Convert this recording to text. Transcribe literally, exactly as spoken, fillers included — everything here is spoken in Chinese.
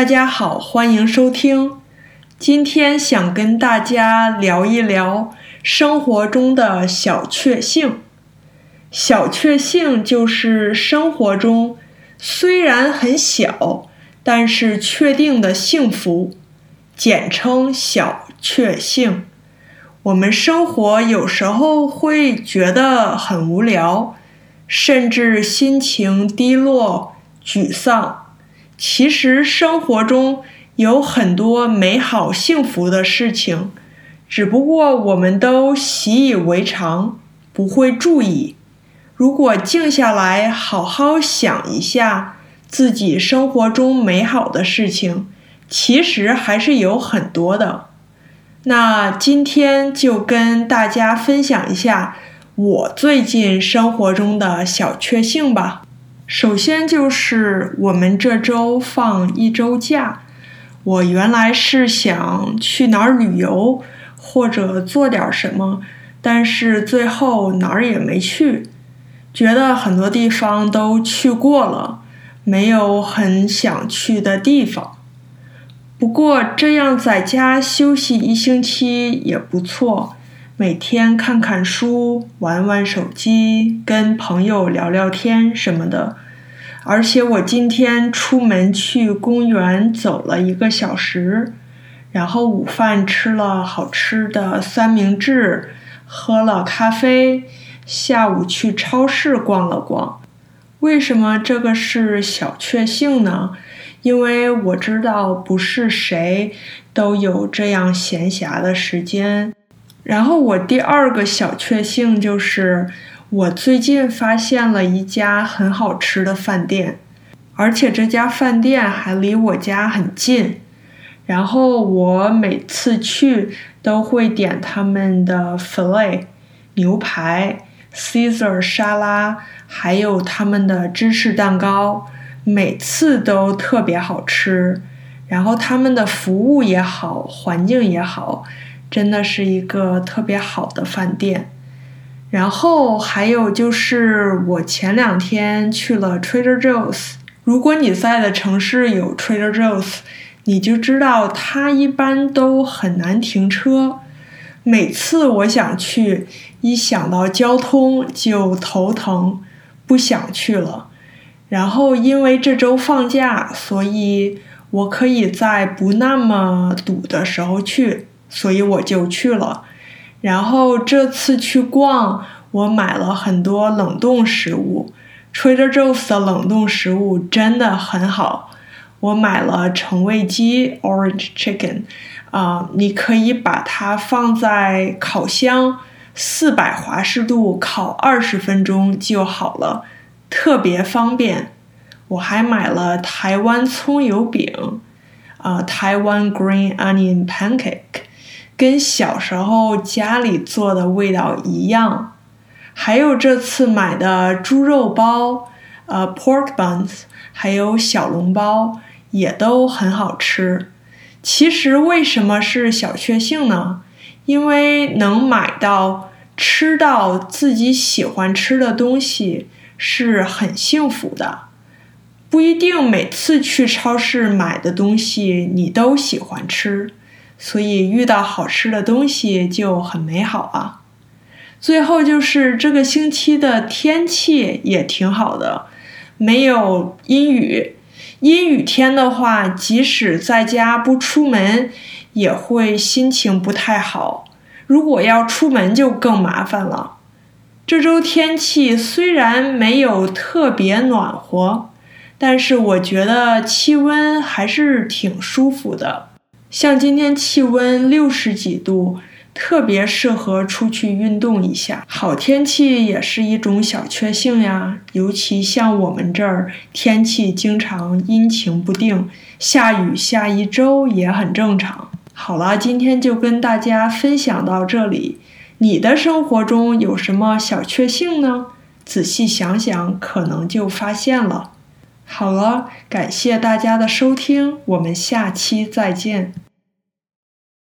大家好，欢迎收听。今天想跟大家聊一聊生活中的小确幸。小确幸就是生活中虽然很小，但是确定的幸福，简称小确幸。我们生活有时候会觉得很无聊，甚至心情低落、沮丧。其实生活中有很多美好幸福的事情，只不过我们都习以为常，不会注意。如果静下来好好想一下自己生活中美好的事情，其实还是有很多的。那今天就跟大家分享一下我最近生活中的小确幸吧。首先就是我们这周放一周假，我原来是想去哪儿旅游或者做点什么，但是最后哪儿也没去，觉得很多地方都去过了，没有很想去的地方。不过这样在家休息一星期也不错，每天看看书，玩玩手机，跟朋友聊聊天什么的。而且我今天出门去公园走了一个小时，然后午饭吃了好吃的三明治，喝了咖啡，下午去超市逛了逛。为什么这个是小确幸呢？因为我知道不是谁都有这样闲暇的时间。然后我第二个小确幸就是我最近发现了一家很好吃的饭店，而且这家饭店还离我家很近。然后我每次去都会点他们的 filet 牛排、Caesar 沙拉，还有他们的芝士蛋糕，每次都特别好吃。然后他们的服务也好，环境也好，真的是一个特别好的饭店。然后还有就是我前两天去了 Trader Joe's， 如果你在的城市有 Trader Joe's， 你就知道它一般都很难停车。每次我想去，一想到交通就头疼，不想去了。然后因为这周放假，所以我可以在不那么堵的时候去，所以我就去了。然后这次去逛，我买了很多冷冻食物。Trader Joe's 的冷冻食物真的很好。我买了橙味鸡 Orange Chicken， 啊、呃，你可以把它放在烤箱，四百华氏度烤二十分钟就好了，特别方便。我还买了台湾葱油饼，啊、呃，台湾 Green Onion Pancake。跟小时候家里做的味道一样。还有这次买的猪肉包，呃 pork buns， 还有小笼包也都很好吃。其实为什么是小确幸呢？因为能买到吃到自己喜欢吃的东西是很幸福的。不一定每次去超市买的东西你都喜欢吃，所以遇到好吃的东西就很美好啊。最后就是这个星期的天气也挺好的，没有阴雨。阴雨天的话，即使在家不出门，也会心情不太好。如果要出门就更麻烦了。这周天气虽然没有特别暖和，但是我觉得气温还是挺舒服的。像今天气温六十几度，特别适合出去运动一下。好天气也是一种小确幸呀，尤其像我们这儿天气经常阴晴不定，下雨下一周也很正常。好了，今天就跟大家分享到这里。你的生活中有什么小确幸呢？仔细想想，可能就发现了。好了，感谢大家的收听，我们下期再见。